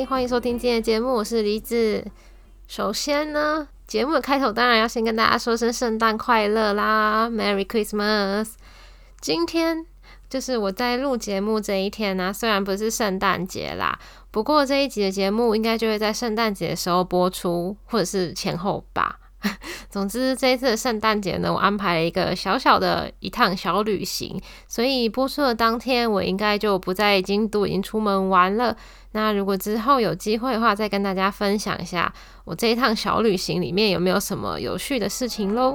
欢迎收听今天的节目，我是梨子。首先呢，节目的开头当然要先跟大家说声圣诞快乐啦 ，Merry Christmas。今天就是我在录节目这一天啊，虽然不是圣诞节啦，不过这一集的节目应该就会在圣诞节的时候播出，或者是前后吧。总之这一次的圣诞节呢，我安排了一个小小的一趟小旅行，所以播出的当天我应该就不在京都，已经出门玩了。那如果之后有机会的话，再跟大家分享一下我这一趟小旅行里面有没有什么有趣的事情咯。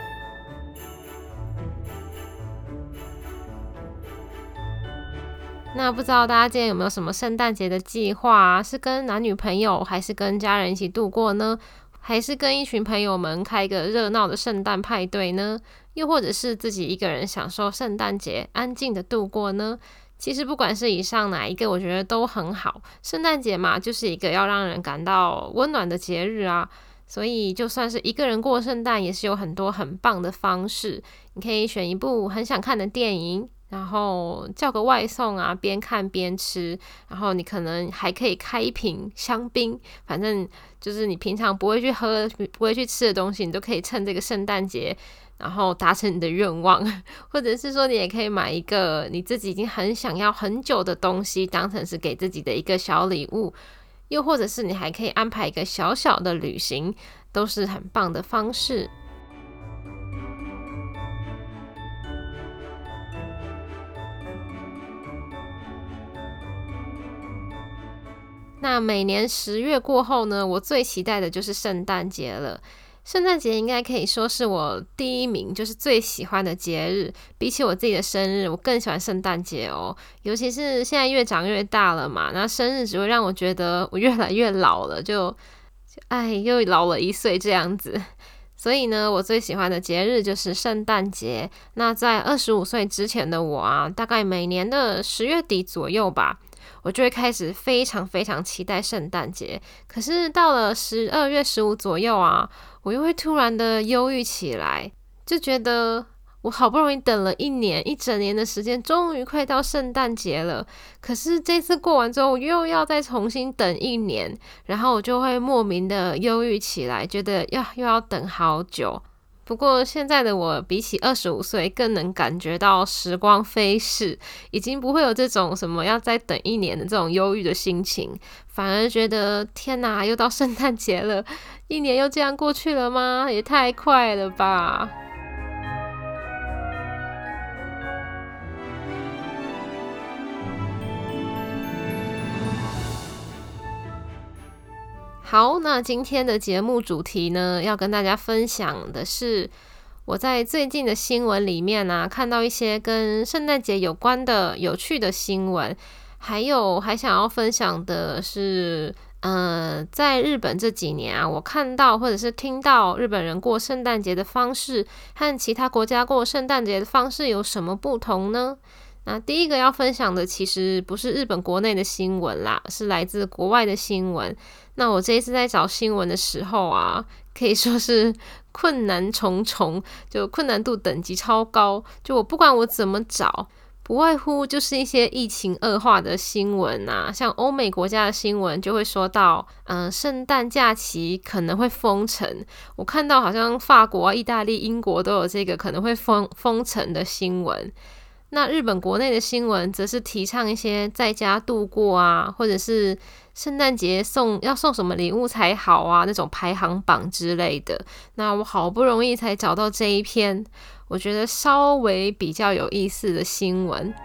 那不知道大家今天有没有什么圣诞节的计划啊？是跟男女朋友还是跟家人一起度过呢？还是跟一群朋友们开一个热闹的圣诞派对呢？又或者是自己一个人享受圣诞节，安静的度过呢？其实不管是以上哪一个，我觉得都很好。圣诞节嘛，就是一个要让人感到温暖的节日啊，所以就算是一个人过圣诞，也是有很多很棒的方式。你可以选一部很想看的电影，然后叫个外送啊，边看边吃，然后你可能还可以开一瓶香槟，反正就是你平常不会去喝、不会去吃的东西，你都可以趁这个圣诞节然后达成你的愿望。或者是说你也可以买一个你自己已经很想要很久的东西，当成是给自己的一个小礼物，又或者是你还可以安排一个小小的旅行，都是很棒的方式。那每年10月过后呢，我最期待的就是圣诞节了。圣诞节应该可以说是我第一名，就是最喜欢的节日。比起我自己的生日，我更喜欢圣诞节哦。尤其是现在越长越大了嘛，那生日只会让我觉得我越来越老了，就又老了1岁这样子。所以呢，我最喜欢的节日就是圣诞节。那在25岁之前的我啊，大概每年的10月底左右吧，我就会开始非常非常期待圣诞节。可是到了12月15左右啊，我又会突然的忧郁起来，就觉得我好不容易等了一整年的时间，终于快到圣诞节了。可是这次过完之后，我又要再重新等1年，然后我就会莫名的忧郁起来，觉得又要等好久。不过现在的我比起25岁更能感觉到时光飞逝，已经不会有这种什么要再等1年的这种忧郁的心情，反而觉得天哪，又到圣诞节了，1年又这样过去了吗？也太快了吧。好，那今天的节目主题呢，要跟大家分享的是我在最近的新闻里面啊，看到一些跟圣诞节有关的有趣的新闻，还想要分享的是在日本这几年啊，我看到或者是听到日本人过圣诞节的方式和其他国家过圣诞节的方式有什么不同呢？那第一个要分享的其实不是日本国内的新闻啦，是来自国外的新闻。那我这一次在找新闻的时候啊，可以说是困难重重，就困难度等级超高，就我不管我怎么找，不外乎就是一些疫情恶化的新闻啊，像欧美国家的新闻就会说到圣诞假期可能会封城。我看到好像法国啊、意大利、英国都有这个可能会封城的新闻。那日本国内的新闻则是提倡一些在家度过啊，或者是圣诞节要送什么礼物才好啊，那种排行榜之类的。那我好不容易才找到这一篇我觉得稍微比较有意思的新闻。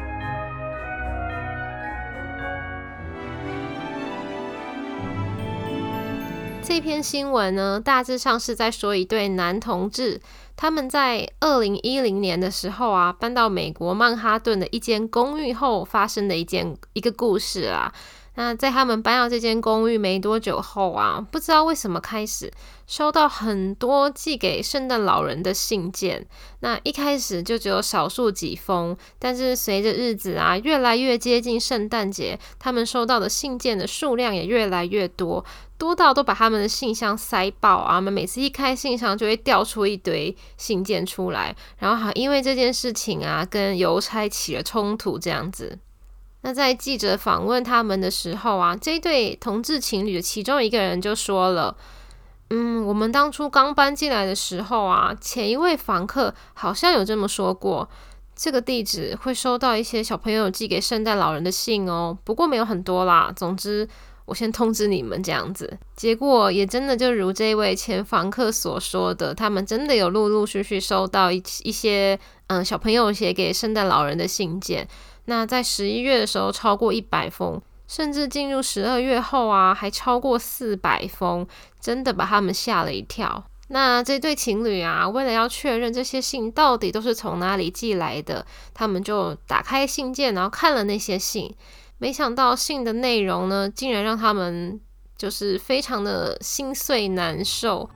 这篇新闻呢，大致上是在说一对男同志，他们在2010年的时候啊，搬到美国曼哈顿的一间公寓后发生的一个故事啊。那在他们搬到这间公寓没多久后啊，不知道为什么开始收到很多寄给圣诞老人的信件。那一开始就只有少数几封，但是随着日子啊越来越接近圣诞节，他们收到的信件的数量也越来越多，多到都把他们的信箱塞爆啊！他们每次一开信箱就会掉出一堆信件出来，然后因为这件事情啊跟邮差起了冲突这样子。 那在记者访问他们的时候啊，这一对同志情侣的其中一个人就说了，我们当初刚搬进来的时候啊，前一位房客好像有这么说过，这个地址会收到一些小朋友寄给圣诞老人的信哦，不过没有很多啦，总之我先通知你们这样子。结果也真的就如这位前房客所说的，他们真的有陆陆续续收到一些小朋友写给圣诞老人的信件。那在11月的时候超过100封，甚至进入12月后啊，还超过400封，真的把他们吓了一跳。那这对情侣啊，为了要确认这些信到底都是从哪里寄来的，他们就打开信件，然后看了那些信。没想到信的内容呢，竟然让他们就是非常的心碎难受。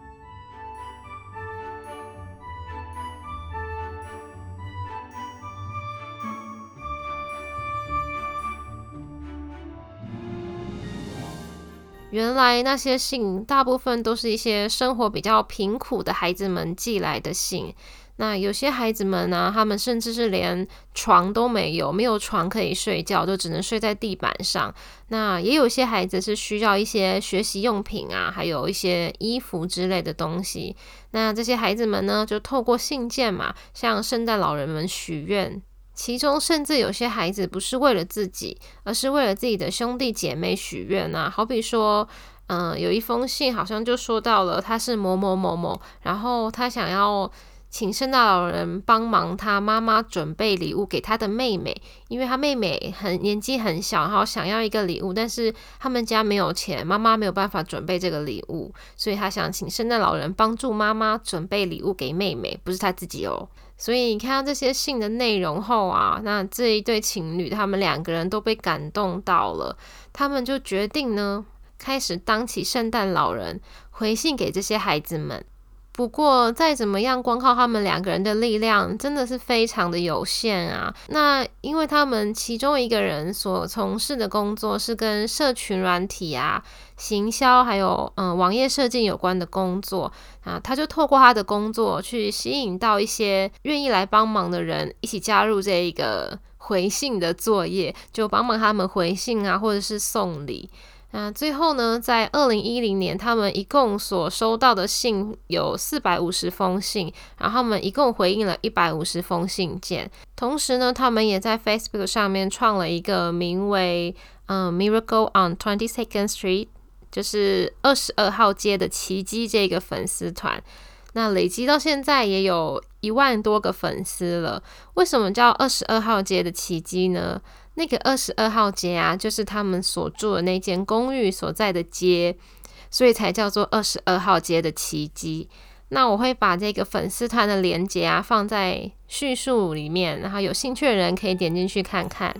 原来那些信大部分都是一些生活比较贫苦的孩子们寄来的信。那有些孩子们呢，他们甚至是连床都没有，没有床可以睡觉，就只能睡在地板上。那也有些孩子是需要一些学习用品啊，还有一些衣服之类的东西。那这些孩子们呢，就透过信件嘛，向圣诞老人们许愿。其中甚至有些孩子不是为了自己，而是为了自己的兄弟姐妹许愿啊。好比说有一封信好像就说到了他是某某某某，然后他想要请圣诞老人帮忙他妈妈准备礼物给他的妹妹，因为他妹妹年纪很小，然后想要一个礼物，但是他们家没有钱，妈妈没有办法准备这个礼物，所以他想请圣诞老人帮助妈妈准备礼物给妹妹，不是他自己哦。所以你看到这些信的内容后啊，那这一对情侣他们2个人都被感动到了，他们就决定呢，开始当起圣诞老人，回信给这些孩子们。不过再怎么样，光靠他们2个人的力量真的是非常的有限啊。那因为他们其中一个人所从事的工作是跟社群软体啊、行销还有网页设计有关的工作啊，他就透过他的工作去吸引到一些愿意来帮忙的人一起加入这一个回信的作业，就帮忙他们回信啊，或者是送礼。最后呢，在2010年，他们一共所收到的信有450封信，然后他们一共回应了150封信件。同时呢，他们也在 Facebook 上面创了一个名为Miracle on 22nd Street， 就是22号街的奇迹这个粉丝团。那累积到现在也有1万多个粉丝了。为什么叫22号街的奇迹呢？那个22号街啊，就是他们所住的那间公寓所在的街，所以才叫做22号街的奇迹。那我会把这个粉丝团的连结啊放在叙述里面，然后有兴趣的人可以点进去看看。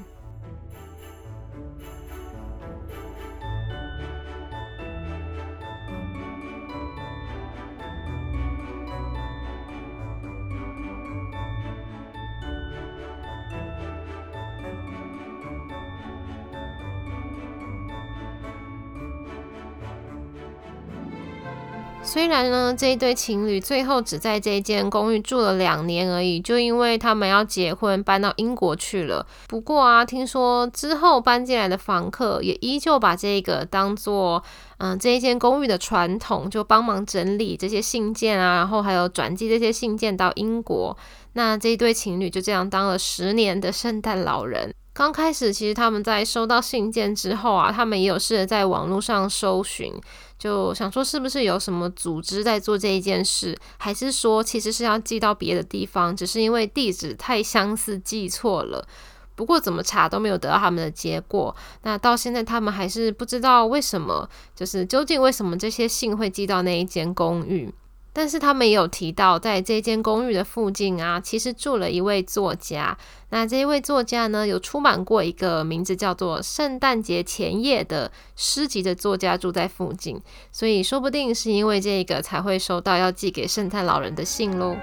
虽然呢，这一对情侣最后只在这间公寓住了2年而已，就因为他们要结婚搬到英国去了。不过啊，听说之后搬进来的房客也依旧把这个当作这一间公寓的传统，就帮忙整理这些信件啊，然后还有转寄这些信件到英国。那这一对情侣就这样当了10年的圣诞老人。刚开始其实他们在收到信件之后啊，他们也有试着在网络上搜寻，就想说是不是有什么组织在做这一件事，还是说其实是要寄到别的地方，只是因为地址太相似寄错了。不过怎么查都没有得到他们的结果。那到现在他们还是不知道为什么，就是究竟为什么这些信会寄到那一间公寓。但是他们也有提到，在这间公寓的附近啊，其实住了一位作家。那这一位作家呢，有出版过一个名字叫做《圣诞节前夜》的诗集的作家住在附近，所以说不定是因为这个才会收到要寄给圣诞老人的信咯。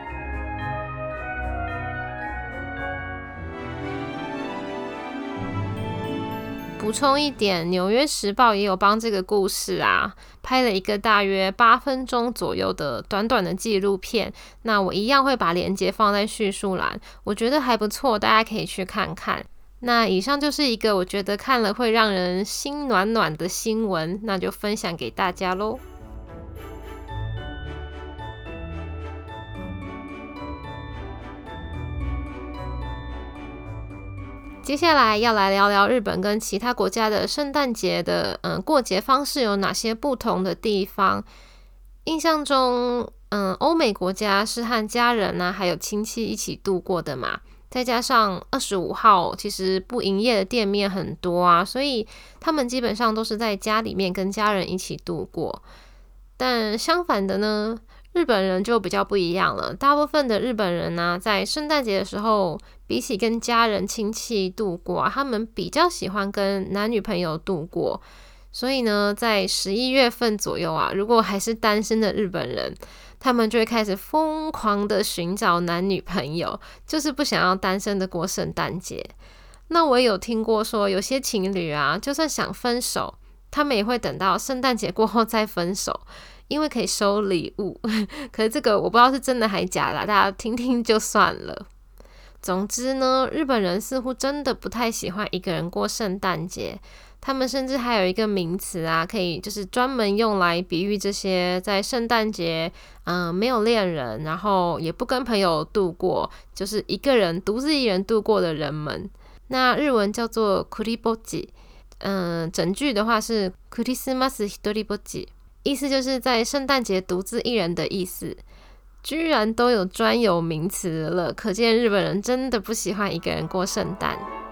补充一点，《纽约时报》也有帮这个故事啊拍了一个大约8分钟左右的短短的纪录片，那我一样会把链接放在叙述栏，我觉得还不错，大家可以去看看。 那以上就是一个我觉得看了会让人心暖暖的新闻，那就分享给大家咯。接下来要来聊聊日本跟其他国家的圣诞节的过节方式有哪些不同的地方。印象中欧美国家是和家人啊还有亲戚一起度过的嘛，再加上25号其实不营业的店面很多啊，所以他们基本上都是在家里面跟家人一起度过。但相反的呢，日本人就比较不一样了。大部分的日本人呢，在圣诞节的时候，比起跟家人亲戚度过他们比较喜欢跟男女朋友度过。所以呢，在11月份左右啊，如果还是单身的日本人，他们就会开始疯狂的寻找男女朋友，就是不想要单身的过圣诞节。那我也有听过说，有些情侣啊，就算想分手，他们也会等到圣诞节过后再分手，因为可以收礼物。可是这个我不知道是真的还假的啦，大家听听就算了。总之呢，日本人似乎真的不太喜欢一个人过圣诞节。他们甚至还有一个名词啊，可以就是专门用来比喻这些在圣诞节没有恋人，然后也不跟朋友度过，就是一个人独自一人度过的人们。那日文叫做クリぼっち，整句的话是クリスマス一人ぼっち，意思就是在圣诞节独自一人的意思。居然都有专有名词了，可见日本人真的不喜欢一个人过圣诞。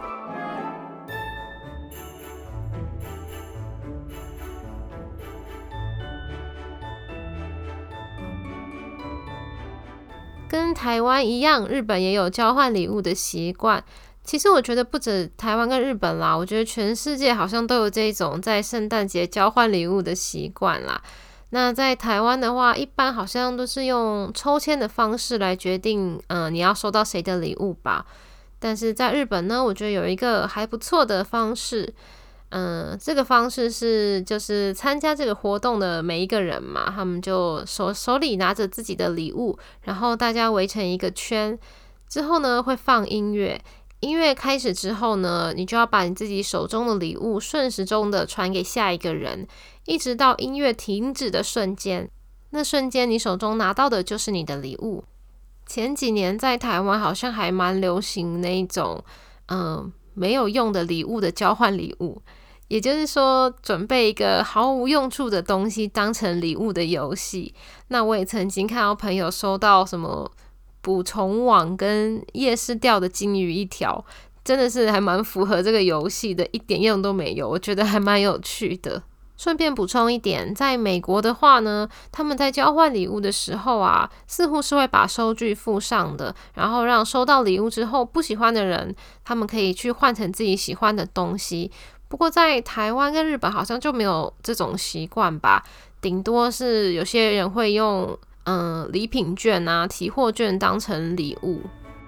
跟台湾一样，日本也有交换礼物的习惯。其实我觉得不止台湾跟日本啦，我觉得全世界好像都有这种在圣诞节交换礼物的习惯啦。那在台湾的话，一般好像都是用抽签的方式来决定你要收到谁的礼物吧。但是在日本呢，我觉得有一个还不错的方式，这个方式是就是参加这个活动的每一个人嘛，他们就手里拿着自己的礼物，然后大家围成一个圈，之后呢会放音乐。音乐开始之后呢，你就要把你自己手中的礼物顺时钟的传给下一个人，一直到音乐停止的瞬间，那瞬间你手中拿到的就是你的礼物。前几年在台湾好像还蛮流行那一种没有用的礼物的交换礼物，也就是说准备一个毫无用处的东西当成礼物的游戏。那我也曾经看到朋友收到什么捕虫网跟夜市钓的金鱼一条，真的是还蛮符合这个游戏的，一点用都没有，我觉得还蛮有趣的。顺便补充一点，在美国的话呢，他们在交换礼物的时候啊，似乎是会把收据附上的，然后让收到礼物之后不喜欢的人，他们可以去换成自己喜欢的东西。不过在台湾跟日本好像就没有这种习惯吧，顶多是有些人会用礼品券啊、提货券当成礼物。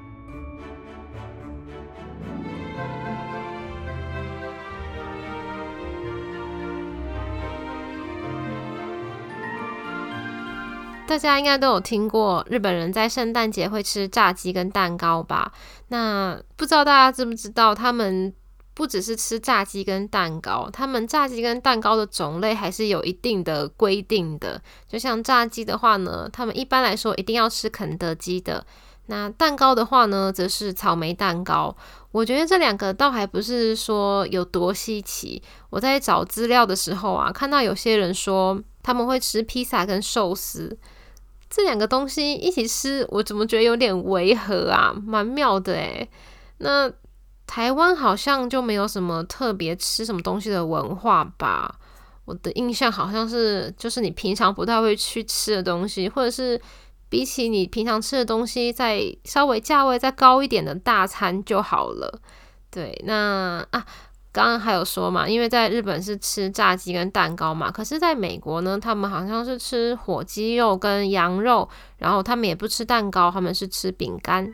大家应该都有听过日本人在圣诞节会吃炸鸡跟蛋糕吧？那不知道大家知不知道，他们不只是吃炸鸡跟蛋糕，他们炸鸡跟蛋糕的种类还是有一定的规定的。就像炸鸡的话呢，他们一般来说一定要吃肯德基的，那蛋糕的话呢，则是草莓蛋糕。我觉得这两个倒还不是说有多稀奇。我在找资料的时候啊，看到有些人说他们会吃披萨跟寿司，这两个东西一起吃，我怎么觉得有点违和啊？蛮妙的诶。那台湾好像就没有什么特别吃什么东西的文化吧？我的印象好像是，就是你平常不太会去吃的东西，或者是比起你平常吃的东西，再稍微价位再高一点的大餐就好了。对，那刚刚还有说嘛，因为在日本是吃炸鸡跟蛋糕嘛，可是在美国呢，他们好像是吃火鸡肉跟羊肉，然后他们也不吃蛋糕，他们是吃饼干。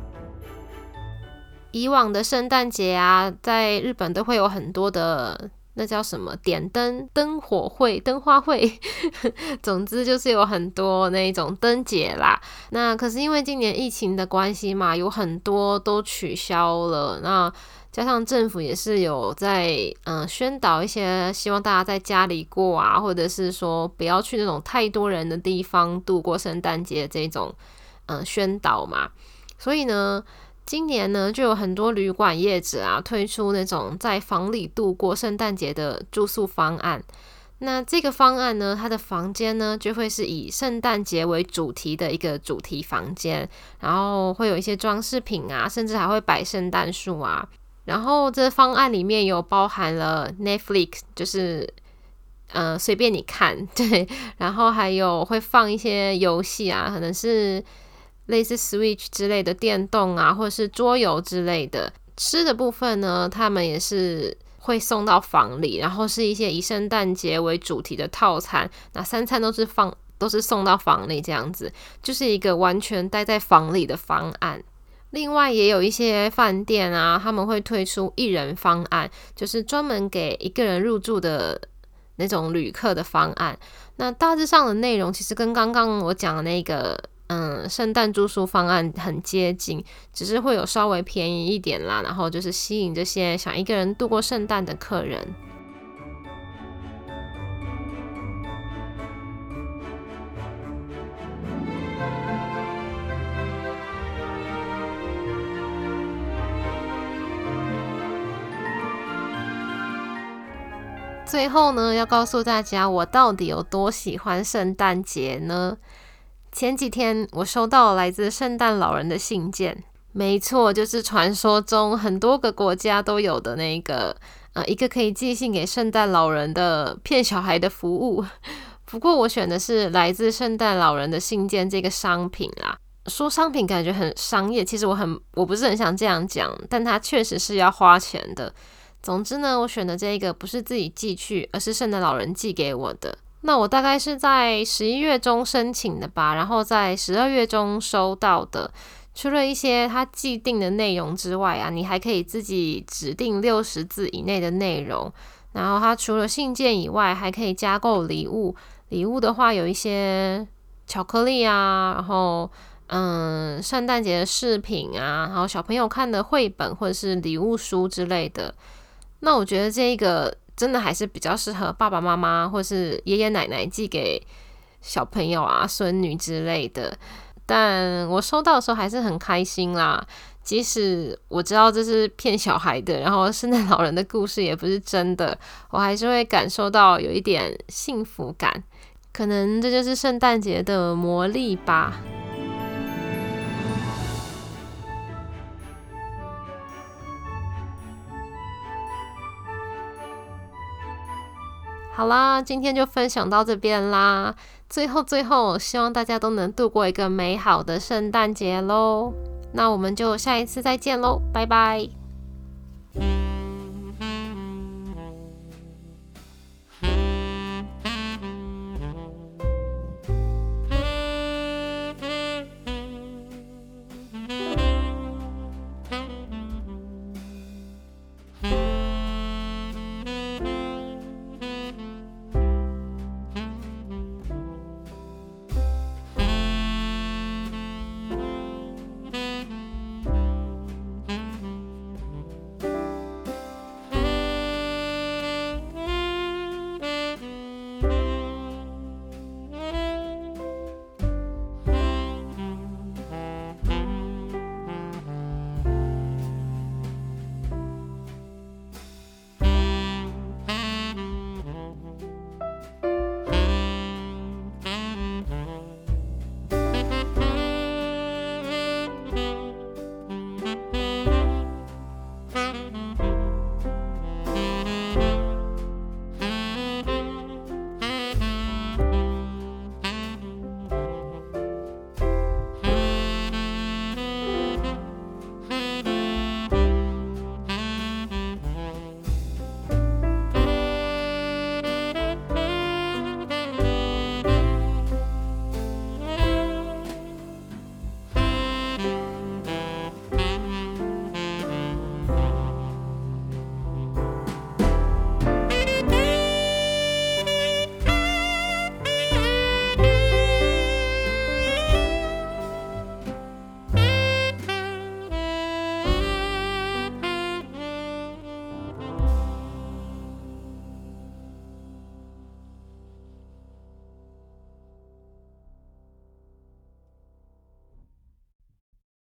以往的圣诞节啊，在日本都会有很多的那叫什么点灯、灯火会、灯花会总之就是有很多那种灯节啦。那可是因为今年疫情的关系嘛，有很多都取消了，那加上政府也是有在宣导一些希望大家在家里过啊，或者是说不要去那种太多人的地方度过圣诞节这种宣导嘛。所以呢今年呢就有很多旅馆业者啊推出那种在房里度过圣诞节的住宿方案。那这个方案呢，它的房间呢就会是以圣诞节为主题的一个主题房间，然后会有一些装饰品啊，甚至还会摆圣诞树啊。然后这方案里面有包含了 Netflix， 就是随便你看，对，然后还有会放一些游戏啊，可能是类似 Switch 之类的电动啊，或者是桌游之类的。吃的部分呢，他们也是会送到房里，然后是一些以圣诞节为主题的套餐，那3餐都是送到房里，这样子就是一个完全待在房里的方案。另外也有一些饭店啊，他们会推出1人方案，就是专门给1个人入住的那种旅客的方案。那大致上的内容其实跟刚刚我讲的那个圣诞住宿方案很接近，只是会有稍微便宜一点啦，然后就是吸引这些想1个人度过圣诞的客人。最后呢，要告诉大家我到底有多喜欢圣诞节呢？前几天我收到了来自圣诞老人的信件，没错，就是传说中很多个国家都有的那个一个可以寄信给圣诞老人的骗小孩的服务。不过我选的是来自圣诞老人的信件这个商品啦。说商品感觉很商业，其实我不是很想这样讲，但它确实是要花钱的。总之呢，我选的这个不是自己寄去，而是圣诞老人寄给我的。那我大概是在11月中申请的吧，然后在12月中收到的。除了一些它既定的内容之外啊，你还可以自己指定60字以内的内容。然后它除了信件以外，还可以加购礼物。礼物的话有一些巧克力啊，然后圣诞节的饰品啊，然后小朋友看的绘本或者是礼物书之类的。那我觉得这个真的还是比较适合爸爸妈妈或是爷爷奶奶寄给小朋友啊、孙女之类的。但我收到的时候还是很开心啦，即使我知道这是骗小孩的，然后圣诞老人的故事也不是真的，我还是会感受到有一点幸福感。可能这就是圣诞节的魔力吧。好啦，今天就分享到这边啦。最后，希望大家都能度过一个美好的圣诞节咯。那我们就下一次再见咯，拜拜。